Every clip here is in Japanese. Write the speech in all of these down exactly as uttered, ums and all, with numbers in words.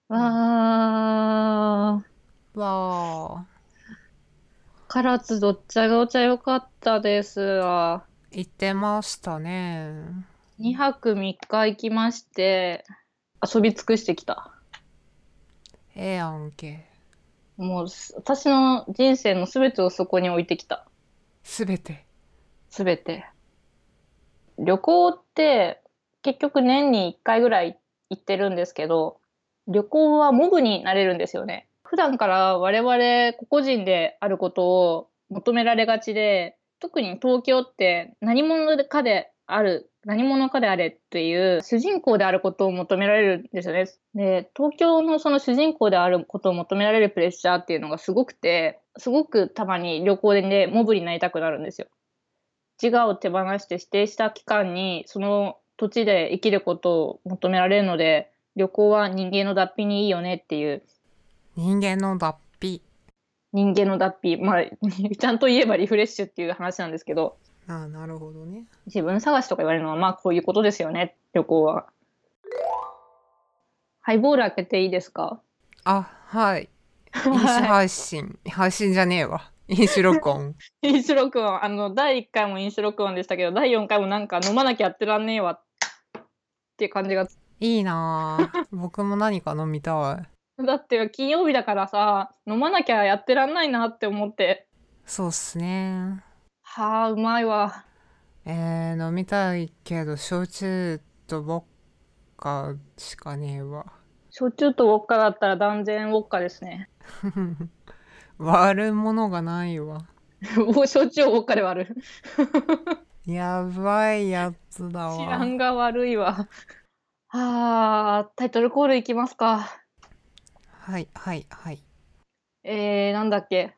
わー、 わ唐津どっちゃがお茶良かったですわ。 ー、言ってましたね。 にはくみっか行きまして、遊び尽くしてきた。 ええやんけ。 もうす、私の人生のすべてをそこに置いてきた。 すべて。 すべて。旅行って結局年にいっかいぐらい行ってるんですけど、旅行はモブになれるんですよね。普段から我々個々人であることを求められがちで、特に東京って何者かである、何者かであれっていう主人公であることを求められるんですよね。で、東京のその主人公であることを求められるプレッシャーっていうのがすごくて、すごくたまに旅行でモブになりたくなるんですよ。自我を手放して指定した期間にその土地で生きることを求められるので、旅行は人間の脱皮にいいよねっていう、 人間の脱皮。 人間の脱皮、まあちゃんと言えばリフレッシュっていう話なんですけど、 ああ、なるほどね。 自分探しとか言われるのはまあこういうことですよね、旅行は。ハイボール開けていいですか？ あ、はい。飲酒はい。 配信。配信じゃねえわ。飲酒録音。 飲酒録音、あの、だいいっかいも飲酒録音でしたけど、だいよんかいもなんか飲まなきゃやってらんねえわっていう感じが。 いいなぁ。僕も何か飲みたい。 だって金曜日だからさ、飲まなきゃやってらんないなって思って。 そうっすね。 はあ、うまいわ。 えー、飲みたいけど、焼酎とボッカしかねえわ。 焼酎とウォッカだったら断然ウォッカですね。 割るものがないわ。 お焼酎をウォッカで割る。 やばいやつだ治安わ。 が悪いわ。はあ、タイトルコールいきますか。 はい、はい、はい。 えー、なんだっけ。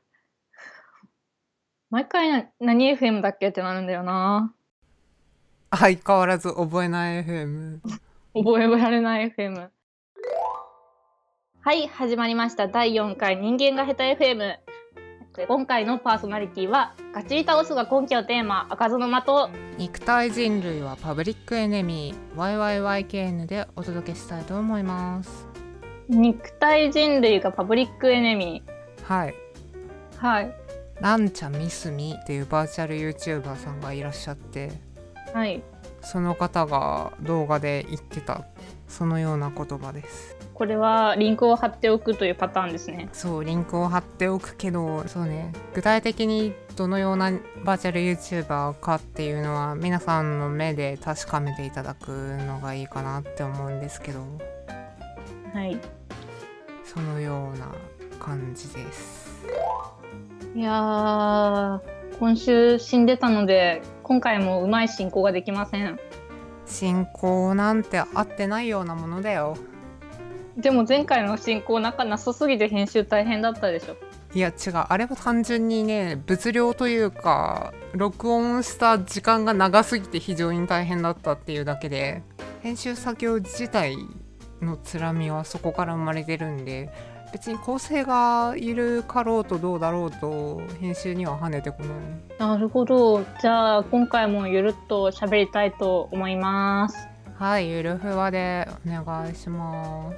毎回な何 エフエム だっけってなるんだよな。 相変わらず覚えない エフエム。 覚えられない エフエム。はい、始まりましただいよんかい人間が下手 エフエム。今回のパーソナリティはガチリ倒すが根拠をテーマ、開かずの的。 肉体人類はパブリックエネミー ワイワイワイケーエヌ でお届けしたいと思います。 肉体人類がパブリックエネミはい。 ー。はい。 ランチャミスミっていうバーチャル YouTuber さんがいらっしゃって、 はい。 その方が動画で言ってたそのような言葉です。 これはリンクを貼っておくというパターンですね。 そう、リンクを貼っておくけど、そうね、具体的にどのようなバーチャル YouTuber かっていうのは皆さんの目で確かめていただくのがいいかなって思うんですけど、 はい。 そのような感じです。 いやー、今週死んでたので、今回もうまい進行ができません。 進行なんて合ってないようなものだよ。 でも前回の進行なんかなさすぎて編集大変だったでしょ。 いや違う、あれは単純にね、物量というか録音した時間が長すぎて非常に大変だったっていうだけで、編集作業自体のつらみはそこから生まれてるんで、別に構成がいるかろうとどうだろうと編集には跳ねてこない。 なるほど。じゃあ今回もゆるっと喋りたいと思います。 はい、ゆるふわでお願いします。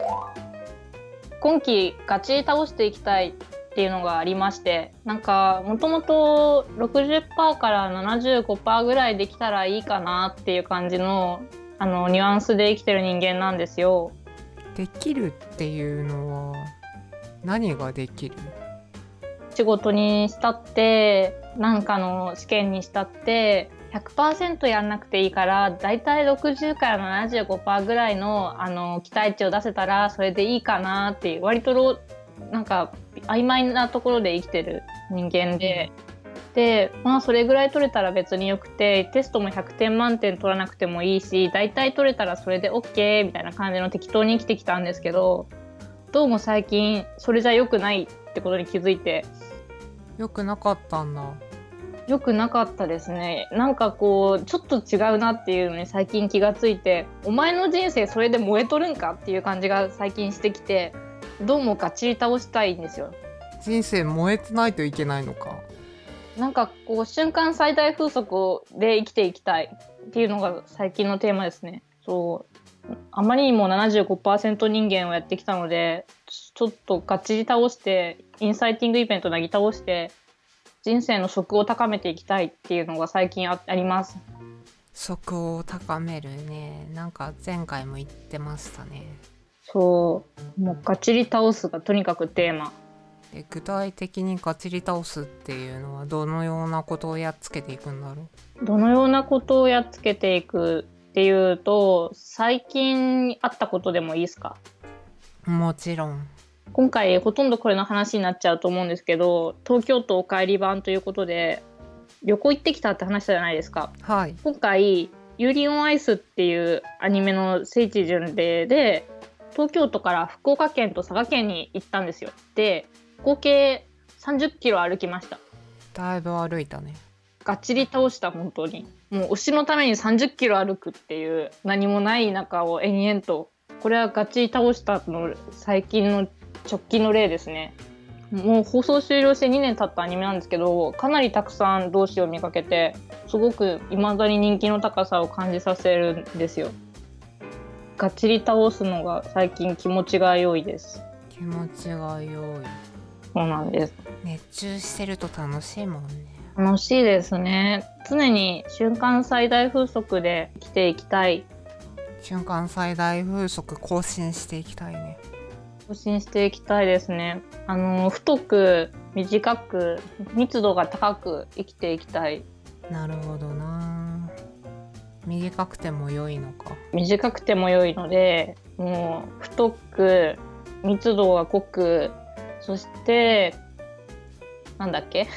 今期ガチ倒していきたいっていうのがありまして、なんかもともと ろくじゅっパーセント から ななじゅうごパーセント ぐらいできたらいいかなっていう感じのあのニュアンスで生きてる人間なんですよ。 できるっていうのは何ができる？ 仕事にしたってなんかの試験にしたってひゃくパーセント やんなくていいから、だいたいろくじゅうから ななじゅうごパーセント ぐらいの、あの期待値を出せたらそれでいいかなっていう、割とロなんか曖昧なところで生きてる人間で、でまあそれぐらい取れたら別によくて、テストもひゃくてん満点取らなくてもいいし、だいたい取れたらそれで OK みたいな感じの適当に生きてきたんですけど、どうも最近それじゃ良くないってことに気づいて。 よくなかったんだ。 良くなかったですね。なんかこうちょっと違うなっていうのに最近気がついて、お前の人生それで燃えとるんかっていう感じが最近してきて、どうもガチリ倒したいんですよ。 人生燃えてないといけないのか。 なんかこう瞬間最大風速で生きていきたいっていうのが最近のテーマですね。そうあまりにも ななじゅうごパーセント 人間をやってきたので、ちょっとがっちり倒してインサイティングイベントなぎ倒して人生の質を高めていきたいっていうのが最近 あ, あります。 質を高めるね。なんか前回も言ってましたね。 そうもうがっちり倒すがとにかくテーマで、具体的にがっちり倒すっていうのはどのようなことをやっつけていくんだろう。どのようなことをやっつけていくっていうと、最近あったことでもいいですか？ もちろん。 今回ほとんどこれの話になっちゃうと思うんですけど、東京都おかえり版ということで旅行行ってきたって話したじゃないですか。 はい。 今回ユーリオンアイスっていうアニメの聖地巡礼で東京都から福岡県と佐賀県に行ったんですよ。で合計さんじゅっキロ歩きました。 だいぶ歩いたね。 がっちり倒した。本当にもう推しのためにさんじゅっキロ歩くっていう何もない中を延々と、これはがっちり倒したの最近の直近の例ですね。もう放送終了してにねん経ったアニメなんですけど、かなりたくさん同志を見かけてすごく未だに人気の高さを感じさせるんですよ。がっちり倒すのが最近気持ちが良いです。 気持ちが良い。 そうなんです。 熱中してると楽しいもんね。 楽しいですね。常に瞬間最大風速で生きていきたい。 瞬間最大風速更新していきたいね。 更新していきたいですね。あの太く短く密度が高く生きていきたい。 なるほどな。短くても良いのか。 短くても良いので、もう太く密度が濃く、そしてなんだっけ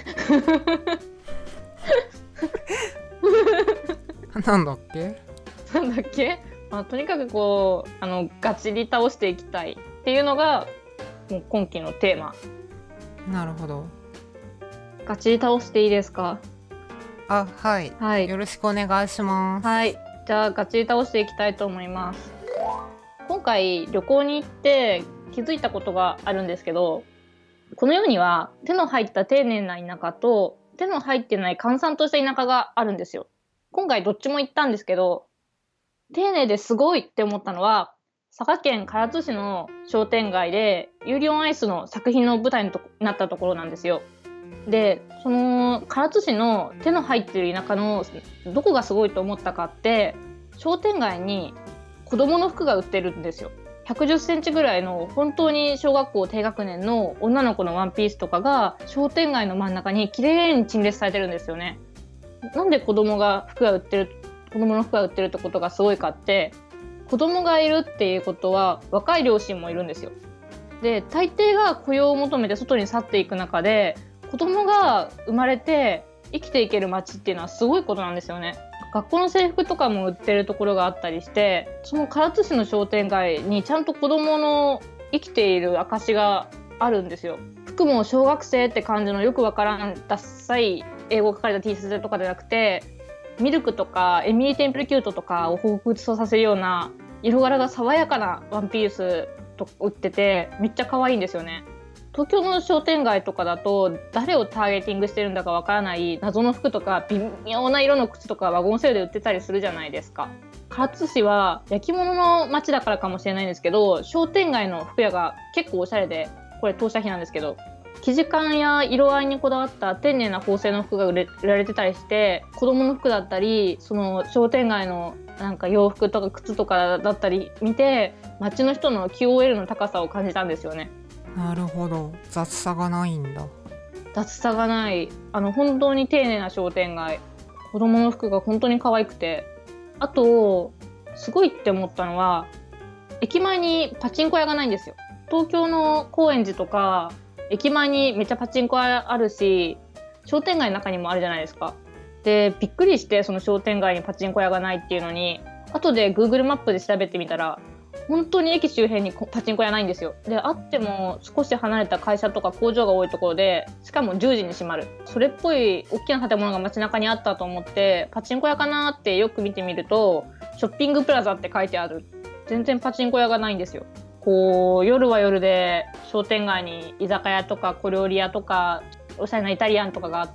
なんだっけなんだっけ、まあ、とにかくこうあのガッチリ倒していきたいっていうのがもう今期のテーマ。 なるほど。 ガッチリ倒していいですか？ あ、はい、 はい、 よろしくお願いします。 はい、じゃあガッチリ倒していきたいと思います。今回旅行に行って気づいたことがあるんですけど、この世には手の入った丁寧な田舎と手の入ってない閑散とした田舎があるんですよ。今回どっちも行ったんですけど、丁寧ですごいって思ったのは佐賀県唐津市の商店街でユーリオンアイスの作品の舞台になったところなんですよ。でその唐津市の手の入ってる田舎のどこがすごいと思ったかって、商店街に子供の服が売ってるんですよ。ひゃくじゅっセンチぐらいの本当に小学校低学年の女の子のワンピースとかが商店街の真ん中に綺麗に陳列されてるんですよね。なんで子供が服が売ってる子供の服が売ってるってことがすごいかって、子供がいるっていうことは若い両親もいるんですよ。で大抵が雇用を求めて外に去っていく中で、子供が生まれて生きていける街っていうのはすごいことなんですよね。学校の制服とかも売ってるところがあったりして、その唐津市の商店街にちゃんと子供の生きている証があるんですよ。服も小学生って感じのよくわからんダッサい英語が書かれた T シャツとかじゃなくて、ミルクとかエミリーテンプルキュートとかを彷彿とさせるような色柄が爽やかなワンピースと売ってて、めっちゃ可愛いんですよね。東京の商店街とかだと誰をターゲティングしてるんだかわからない謎の服とか微妙な色の靴とかワゴンセールで売ってたりするじゃないですか。唐津市は焼き物の街だからかもしれないんですけど、商店街の服屋が結構おしゃれで、これ当社費なんですけど、生地感や色合いにこだわった丁寧な縫製の服が売れ、売られてたりして、子供の服だったりその商店街のなんか洋服とか靴とかだったり見て、街の人の キューオーエル の高さを感じたんですよね。 なるほど、雑さがないんだ。 雑さがない、あの本当に丁寧な商店街、子供の服が本当に可愛くて、あとすごいって思ったのは駅前にパチンコ屋がないんですよ。東京の高円寺とか駅前にめっちゃパチンコ屋あるし、商店街の中にもあるじゃないですか。でびっくりして、その商店街にパチンコ屋がないっていうのに、後で Google マップで調べてみたら本当に駅周辺にパチンコ屋ないんですよ。であっても少し離れた会社とか工場が多いところで、しかもじゅうじに閉まる、それっぽい大きな建物が街中にあったと思ってパチンコ屋かなってよく見てみると、ショッピングプラザって書いてある。全然パチンコ屋がないんですよ。こう夜は夜で商店街に居酒屋とか小料理屋とかおしゃれなイタリアンとかがあって、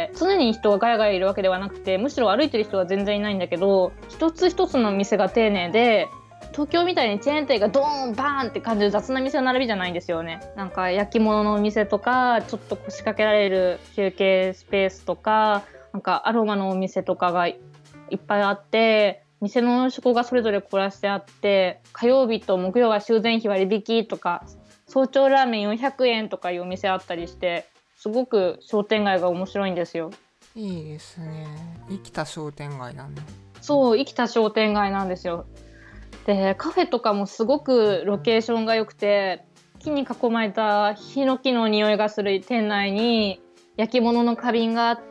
常に人がガヤガヤいるわけではなくて、むしろ歩いてる人は全然いないんだけど、一つ一つの店が丁寧で東京みたいにチェーン店がドーンバーンって感じの雑な店の並びじゃないんですよね。なんか焼き物のお店とか、ちょっと腰掛けられる休憩スペースとか、なんかアロマのお店とかがいっぱいあって、店の趣向がそれぞれ凝らしてあって、火曜日と木曜は修繕費割引とか、早朝ラーメンよんひゃくえんとかいうお店あったりして、すごく商店街が面白いんですよ。 いいですね。生きた商店街だね。 そう、生きた商店街なんですよ。で、カフェとかもすごくロケーションが良くて、木に囲まれたヒノキの匂いがする店内に焼き物の花瓶があって、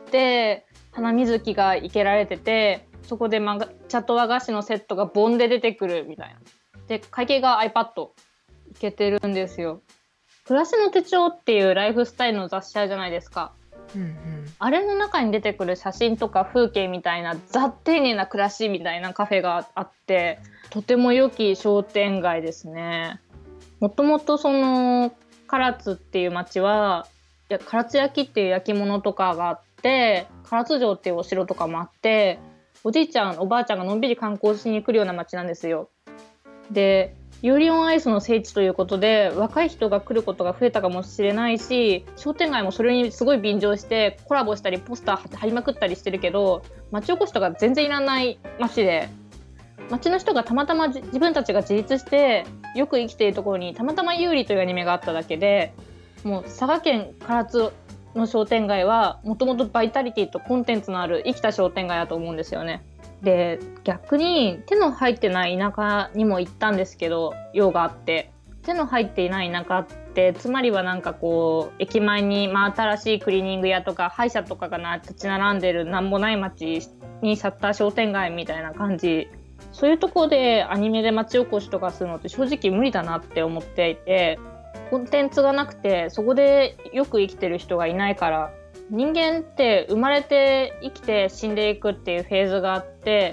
花水木が生けられてて、そこで抹茶と和菓子のセットがボンで出てくるみたいな。で、会計が iPad いけてるんですよ。暮らしの手帳っていうライフスタイルの雑誌あるじゃないですか。 うんうん、 あれの中に出てくる写真とか風景みたいなザ丁寧な暮らしみたいなカフェがあって、とても良き商店街ですね。もともとその唐津っていう町は、いや唐津焼っていう焼き物とかがあって、唐津城っていうお城とかもあって、おじいちゃんおばあちゃんがのんびり観光しに来るような町なんですよ。で、ユーリオンアイスの聖地ということで若い人が来ることが増えたかもしれないし、商店街もそれにすごい便乗してコラボしたりポスター貼りまくったりしてるけど、町おこしとか全然いらない町で、町の人がたまたま自分たちが自立してよく生きているところにたまたま有利というアニメがあっただけで、もう佐賀県唐津の商店街はもともとバイタリティとコンテンツのある生きた商店街だと思うんですよね。で、逆に手の入ってない田舎にも行ったんですけど、用があって、手の入っていない田舎ってつまりはなんかこう駅前に真新しいクリーニング屋とか歯医者とかがな立ち並んでるなんもない町にシャッター商店街みたいな感じ。そういうところでアニメで町おこしとかするのって正直無理だなって思っていて、コンテンツがなくてそこでよく生きてる人がいないから、人間って生まれて生きて死んでいくっていうフェーズがあって、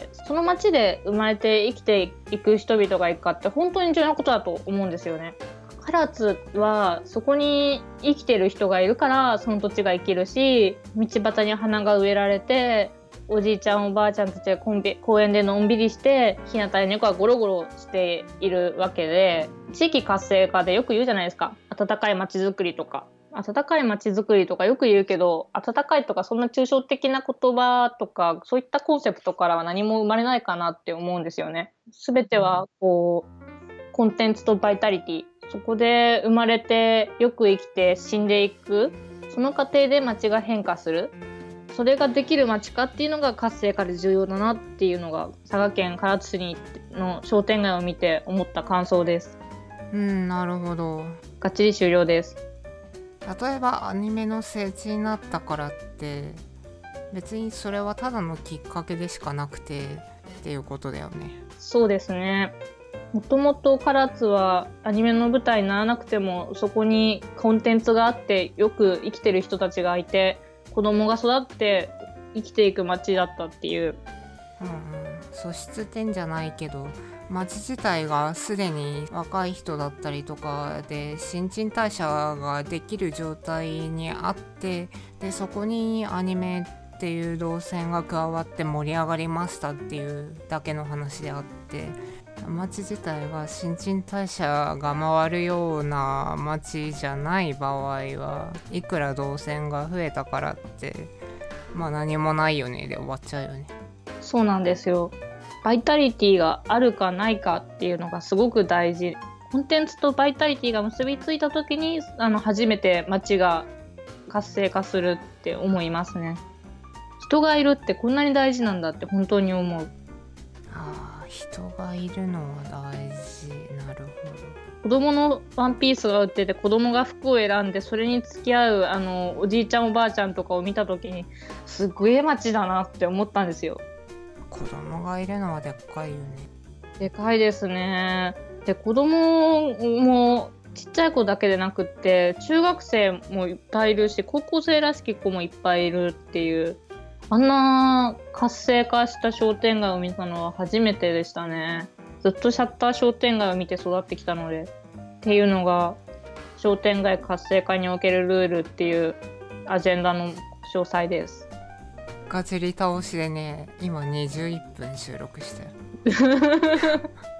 その町で生まれて生きていく人々がいるかって本当に重要なことだと思うんですよね。唐津はそこに生きてる人がいるからその土地が生きるし、道端に花が植えられて、おじいちゃんおばあちゃんたちがコンビ公園でのんびりして日向に猫がゴロゴロしているわけで、地域活性化でよく言うじゃないですか。温かい街づくりとか温かい街づくりとかよく言うけど、温かいとかそんな抽象的な言葉とかそういったコンセプトからは何も生まれないかなって思うんですよね。全てはこうコンテンツとバイタリティ、そこで生まれてよく生きて死んでいく、その過程で街が変化する、それができる街かっていうのが活性化で重要だなっていうのが佐賀県唐津市にの商店街を見て思った感想です。 うん、なるほど。 がっちり終了です。 例えばアニメの聖地になったからって別にそれはただのきっかけでしかなくてっていうことだよね。 そうですね。もともと唐津はアニメの舞台にならなくてもそこにコンテンツがあってよく生きてる人たちがいて、子供が育って生きていく街だったっていう、 うんうん、素質点じゃないけど街自体がすでに若い人だったりとかで新陳代謝ができる状態にあって、でそこにアニメっていう動線が加わって盛り上がりましたっていうだけの話であって、街自体が新陳代謝が回るような街じゃない場合はいくら動線が増えたからってまあ何もないよねで終わっちゃうよね。 そうなんですよ。バイタリティがあるかないかっていうのがすごく大事。コンテンツとバイタリティが結びついた時にあの初めて街が活性化するって思いますね。人がいるってこんなに大事なんだって本当に思う。 ああ、人がいるのは大事。なるほど。 子供のワンピースが売ってて子供が服を選んでそれに付き合うあのおじいちゃんおばあちゃんとかを見た時にすごい街だなって思ったんですよ。 子供がいるのはでっかいよね。 でかいですね。で子供もちっちゃい子だけでなくって中学生もいっぱいいるし高校生らしき子もいっぱいいるっていう、あんな活性化した商店街を見たのは初めてでしたね。ずっとシャッター商店街を見て育ってきたので、っていうのが商店街活性化におけるルールっていうアジェンダの詳細です。 ガチリ倒しでね、今にじゅういっぷん収録してる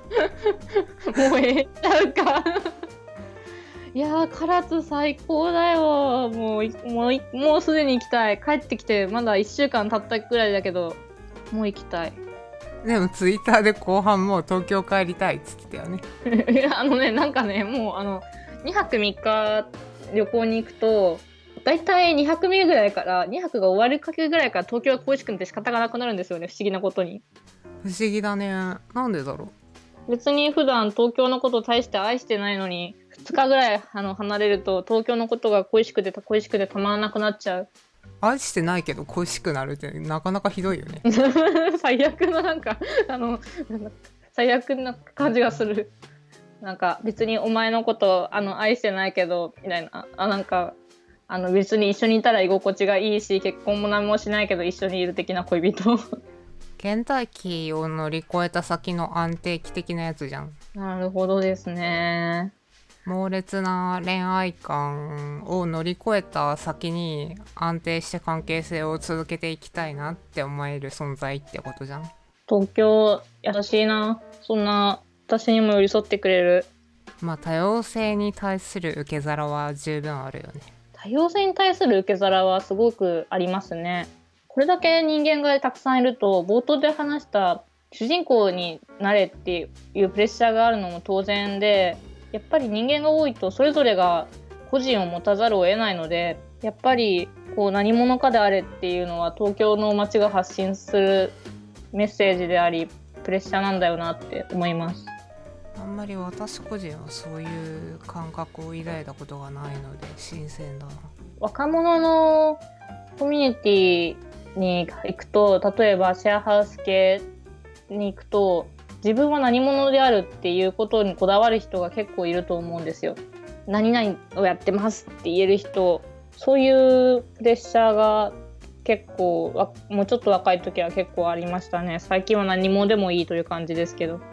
もうええちゃうかいやー唐津最高だよ。もうもうもうすでに行きたい。帰ってきてまだいっしゅうかん経ったくらいだけどもう行きたい。 でもツイッターで後半もう東京帰りたいっつってたよねいやあのねなんかねもうあのにはくみっか旅行に行くとだいたいにはくめぐらいからにはくが終わるかけぐらいから東京が恋しくなって仕方がなくなるんですよね。不思議なことに。 不思議だね。なんでだろ別に普段東京のことを大して愛してないのにふつかぐらいあの離れると東京のことが恋しくて恋しくてたまらなくなっちゃう。 う。愛してないけど恋しくなるってなかなかひどいよね最悪のなんかあのなんか最悪な感じがする。なんか別にお前のことあの愛してないけどみたいな。あなんかあの別に一緒にいたら居心地がいいし結婚も何もしないけど一緒にいる的な恋人倦怠期を乗り越えた先の安定期的なやつじゃん。 なるほどですね。 猛烈な恋愛観を乗り越えた先に安定して関係性を続けていきたいなって思える存在ってことじゃん。 東京優しいな。そんな私にも寄り添ってくれる。 まあ多様性に対する受け皿は十分あるよね。 多様性に対する受け皿はすごくありますね。これだけ人間がたくさんいると冒頭で話した主人公になれっていうプレッシャーがあるのも当然で、やっぱり人間が多いとそれぞれが個人を持たざるを得ないので、やっぱりこう何者かであれっていうのは東京の街が発信するメッセージでありプレッシャーなんだよなって思います。 あんまり私個人はそういう感覚を抱いたことがないので新鮮だな。 若者のコミュニティに行くと、例えばシェアハウス系に行くと自分は何者であるっていうことにこだわる人が結構いると思うんですよ。何々をやってますって言える人、そういうプレッシャーが結構もうちょっと若い時は結構ありましたね。最近は何もでもいいという感じですけど、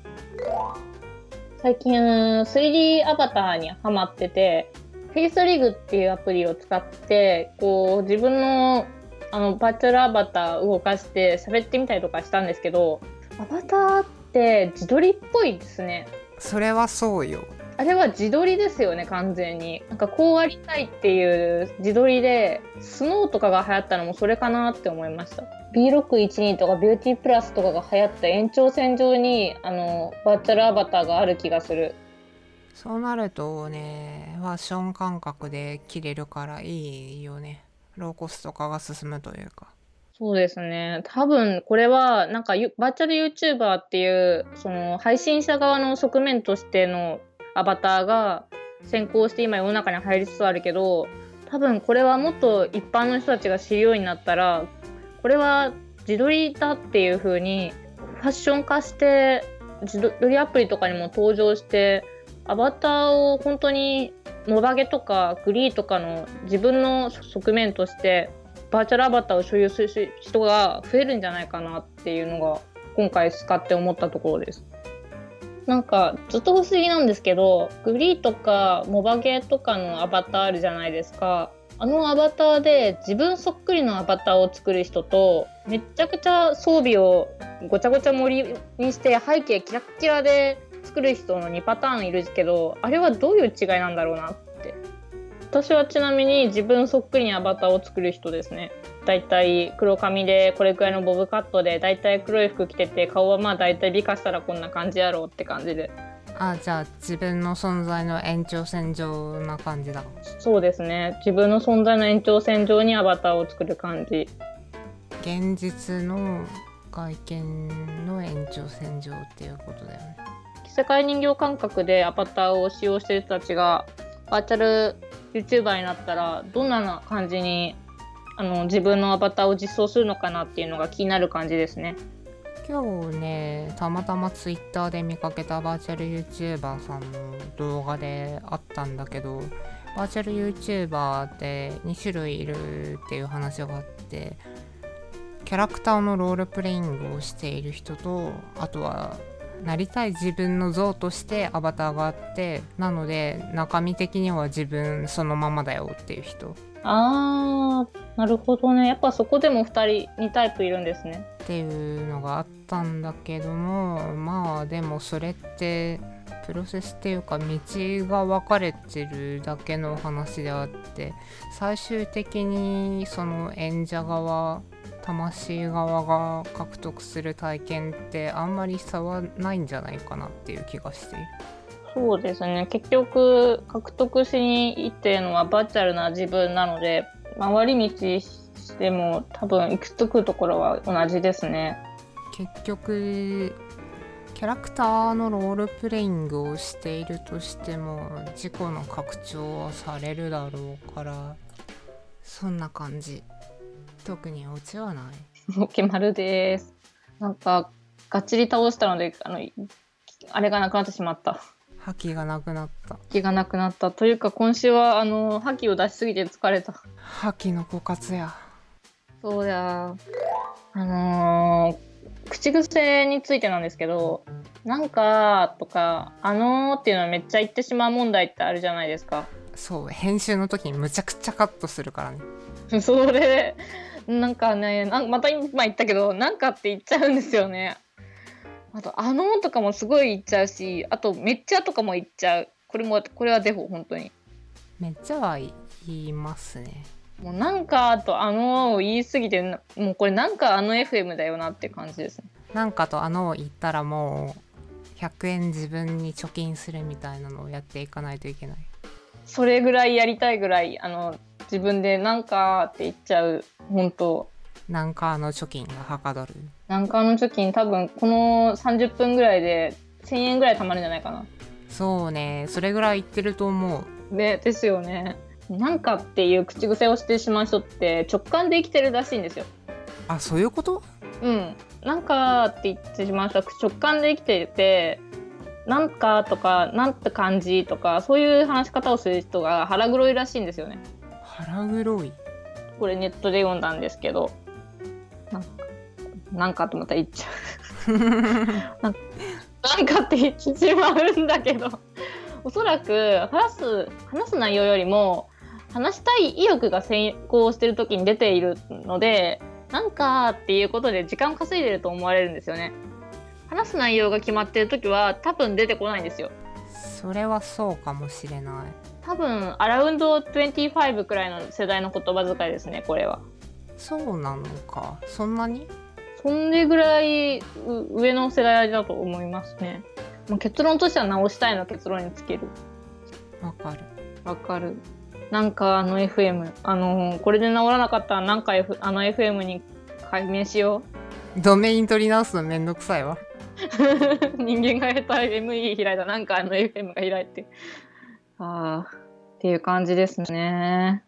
最近 スリーディー アバターにハマってて、フェイスリグっていうアプリを使ってこう自分のあのバーチャルアバターを動かして喋ってみたりとかしたんですけど、アバターって自撮りっぽいですね。 それはそうよ。 あれは自撮りですよね。完全になんかこうありたいっていう自撮りで、スノーとかが流行ったのもそれかなって思いました。 ビーろくいちに とかビューティープラスとかが流行った延長線上にあのバーチャルアバターがある気がする。 そうなるとね、ファッション感覚で着れるからいいよね。ローコスト化が進むというか。 そうですね。多分これはなんかバーチャル YouTuber っていうその配信者側の側面としてのアバターが先行して今世の中に入りつつあるけど、多分これはもっと一般の人たちが知るようになったら、これは自撮りだっていう風にファッション化して自撮りアプリとかにも登場して、アバターを本当にモバゲとかグリーとかの自分の側面としてバーチャルアバターを所有する人が増えるんじゃないかなっていうのが今回使って思ったところです。なんかずっと不思議なんですけど、グリーとかモバゲとかのアバターあるじゃないですか。あのアバターで自分そっくりのアバターを作る人と、めっちゃくちゃ装備をごちゃごちゃ盛りにして背景キラッキラで作る人のにパターンいるけど、あれはどういう違いなんだろうなって。私はちなみに自分そっくりにアバターを作る人ですね。だいたい黒髪でこれくらいのボブカットでだいたい黒い服着てて、顔はまあだいたい美化したらこんな感じやろうって感じで。 あ、じゃあ自分の存在の延長線上な感じだ。 そうですね。自分の存在の延長線上にアバターを作る感じ。 現実の外見の延長線上っていうことだよね。 世界人形感覚でアバターを使用している人たちがバーチャル YouTuber になったらどんな感じにあの自分のアバターを実装するのかなっていうのが気になる感じですね。 今日ね、たまたまツイッターで見かけたバーチャル YouTuber さんの動画であったんだけど、バーチャル YouTuber ってに種類いるっていう話があって、キャラクターのロールプレイングをしている人と、あとはなりたい自分の像としてアバターがあって、なので中身的には自分そのままだよっていう人。 あー、 なるほどね。やっぱそこでもふたりにタイプいるんですね。 っていうのがあったんだけども、まあでもそれってプロセスっていうか道が分かれてるだけの話であって、最終的にその演者側、魂側が獲得する体験ってあんまり差はないんじゃないかなっていう気がしている。 そうですね。結局獲得しに行ってるのはバーチャルな自分なので、回り道しても多分行くとくところは同じですね。 結局キャラクターのロールプレイングをしているとしても自己の拡張はされるだろうから、そんな感じ。特にオチはない。 もう決まるです。なんかがっちり倒したので、あのあれがなくなってしまった。 覇気がなくなった。 気がなくなったというか、今週はあの覇気を出しすぎて疲れた。 覇気の枯渇や。 そうや。あのー、口癖についてなんですけど、なんかとかあのーっていうのはめっちゃ言ってしまう問題ってあるじゃないですか。 そう、編集の時にむちゃくちゃカットするからね。 それなんかね、なんまた今言ったけど、なんかって言っちゃうんですよね。あとあのとかもすごい言っちゃうし、あとめっちゃとかも言っちゃう。これもこれはデフォ、本当にめっちゃは言いますね。 もうなんかとあのを言い過ぎて、もうこれなんかあの エフエム だよなって感じですね。 なんかとあのを言ったらもうひゃくえん自分に貯金するみたいなのをやっていかないといけない。 それぐらいやりたいぐらい、あの自分でなんかって言っちゃう。本当なんかの貯金がはかどる。 なんかの貯金多分このさんじゅっぷんぐらいでせんえんぐらい貯まるんじゃないかな。 そうね、それぐらい言ってると思うね。ですよね。なんかっていう口癖をしてしまう人って直感で生きてるらしいんですよ。 あ、そういうこと？ うん。なんかって言ってしまう人は直感で生きていて、なんかとかなんて感じとかそういう話し方をする人が腹黒いらしいんですよね。 腹黒い？ これネットで読んだんですけど、なんか、なんかとまた言っちゃうなんか。なんかって言ってしまうんだけど、おそらく話す話す内容よりも話したい意欲が先行してる時に出ているので、なんかっていうことで時間を稼いでると思われるんですよね。話す内容が決まってる時は多分出てこないんですよ。 それはそうかもしれない。 多分アラウンドにじゅうごくらいの世代の言葉遣いですね、これは。 そうなのか。そんなに？ そんでぐらい上の世代だと思いますね。もう結論としては直したいの結論につける。 わかるわかる。なんかあの エフエム、あのー、これで治らなかったらなんか、F、あの エフエム に改名しよう。ドメイン取り直すのめんどくさいわ人間がやったら エムイー 開いた、なんかあの エフエム が開いて、あーっていう感じですね。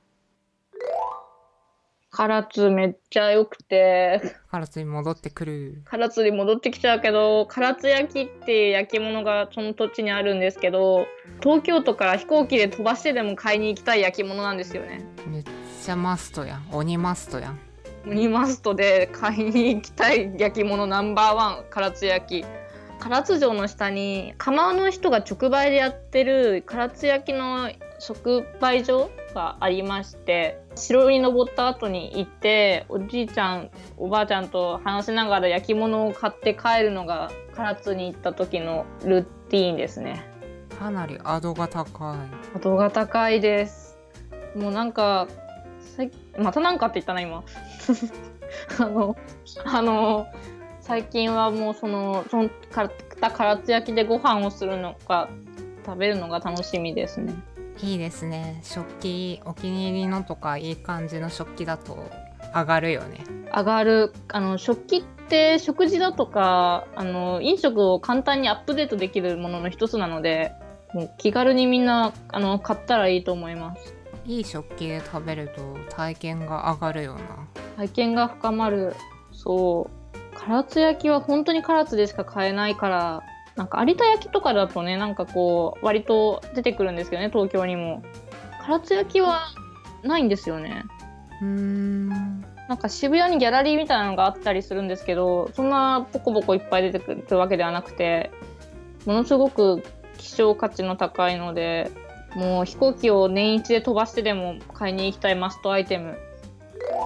唐津めっちゃ良くて、 唐津に戻ってくる。 唐津に戻ってきちゃうけど、唐津焼きっていう焼き物がその土地にあるんですけど、東京都から飛行機で飛ばしてでも買いに行きたい焼き物なんですよね。 めっちゃマストやん。鬼マストやん。 鬼マストで買いに行きたい焼き物ナンバーワン、唐津焼き。唐津城の下に窯の人が直売でやってる唐津焼きの直売所がありまして、城に登った後に行っておじいちゃんおばあちゃんと話しながら焼き物を買って帰るのが唐津に行った時のルーティーンですね。 かなりアドが高い。 アドが高いです。もうなんかまたなんかって言ったな今あのあの最近はもうそのその買った唐津焼きでご飯をするのか食べるのが楽しみですね。 いいですね。食器お気に入りのとかいい感じの食器だと上がるよね。 上がる。あの食器って食事だとかあの飲食を簡単にアップデートできるものの一つなので、もう気軽にみんなあの買ったらいいと思います。 いい食器で食べると体験が上がるよな。 体験が深まる。そう唐津焼きは本当に唐津でしか買えないから、なんか有田焼とかだとね、なんかこう割と出てくるんですけどね、東京にも。唐津焼はないんですよね。 うーんなんか渋谷にギャラリーみたいなのがあったりするんですけど、そんなポコポコいっぱい出てくるわけではなくて、ものすごく希少価値の高いので、もう飛行機を年一で飛ばしてでも買いに行きたいマストアイテム。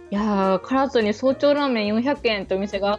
いやー、唐津に早朝ラーメンよんひゃくえんってお店があって、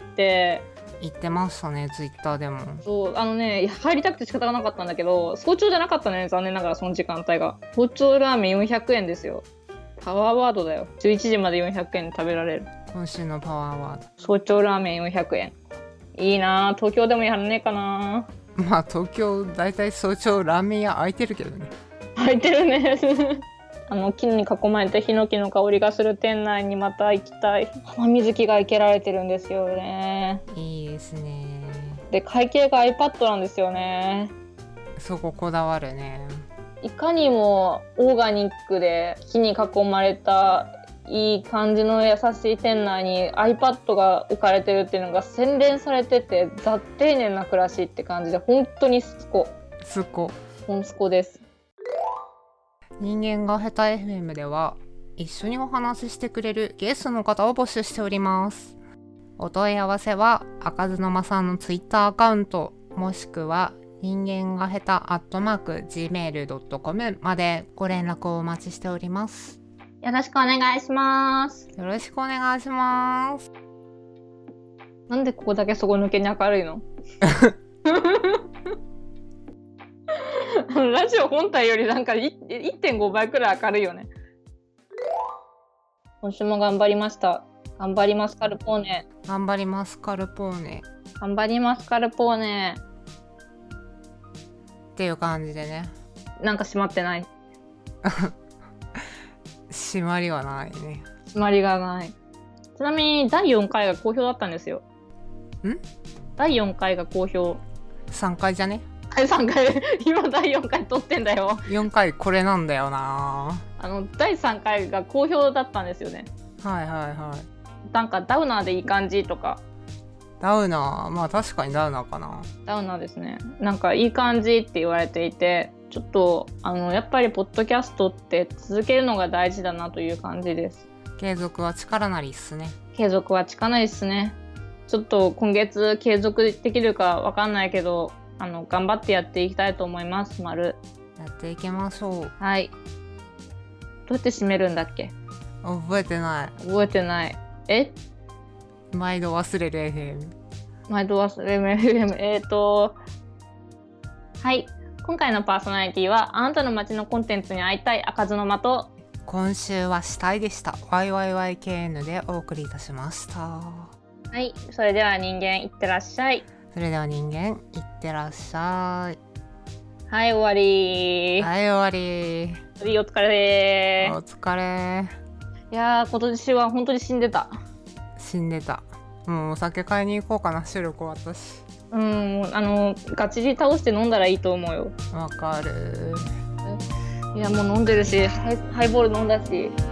言ってましたね、ツイッターでも。 そう、あのね、入りたくて仕方がなかったんだけど、早朝じゃなかったね、残念ながらその時間帯が。早朝ラーメンよんひゃくえんですよ。パワーワードだよ。じゅういちじまでよんひゃくえんで食べられる。 今週のパワーワード。 早朝ラーメンよんひゃくえん。いいなぁ、東京でもやらねえかな。 まあ東京だいたい早朝ラーメン屋空いてるけどね。 空いてるね。あの木に囲まれてヒノキの香りがする店内にまた行きたい。浜水着が生けられてるんですよね。 いいですね。 で、会計が iPad なんですよね。 そここだわるね。 いかにもオーガニックで木に囲まれたいい感じの優しい店内に iPad が置かれてるっていうのが洗練されてて、雑丁寧な暮らしって感じで、本当にスコスコ本スコです。 人間が下手 エフエム では一緒にお話ししてくれるゲストの方を募集しております。お問い合わせは赤ずのまさんのツイッターアカウント、もしくは人間が下手アットマーク ジーメールドットコム までご連絡をお待ちしております。 よろしくお願いします。 よろしくお願いします。 なんでここだけ底抜けに明るいの？ラジオ本体よりなんか いってんご 倍くらい明るいよね。今週も頑張りました。頑張りますカルポーネ。 頑張りますカルポーネ。 頑張りますカルポーネ。 っていう感じでね。 なんか閉まってない。 閉まりはないね。 閉まりがない。ちなみにだいよんかいが好評だったんですよ。 ん？ だいよんかいが好評。 さんかいじゃね？ さんかい今だいよんかい撮ってんだよ。 よんかいこれなんだよな。 あのだいさんかいが好評だったんですよね。 はいはいはい。 なんかダウナーでいい感じとか。 ダウナー、まあ確かにダウナーかな。 ダウナーですね。なんかいい感じって言われていて、ちょっとあのやっぱりポッドキャストって続けるのが大事だなという感じです。 継続は力なりっすね。 継続は力なりっすね。ちょっと今月継続できるかわかんないけど、あの頑張ってやっていきたいと思います。丸やっていきましょう。 はい。どうやって締めるんだっけ？ 覚えてない。 覚えてない。え？ 毎度忘れる エフエム。 毎度忘れる エフエム。えーとはい。今回のパーソナリティはあなたの街のコンテンツに会いたい赤ずの間と、 今週は死体でした ワイワイワイケーエヌ でお送りいたしました。 はい。それでは人間いってらっしゃい。 それでは人間いってらっしゃい。 はい、終わり。 はい終わり。 お疲れ。 お疲れ。 いやー、今年は本当に死んでた。 死んでた。もうお酒買いに行こうかな。収録終わったし。 うん、あのガチで倒して飲んだらいいと思うよ。 わかる。 いやもう飲んでるし、ハイ、ハイボール飲んだし。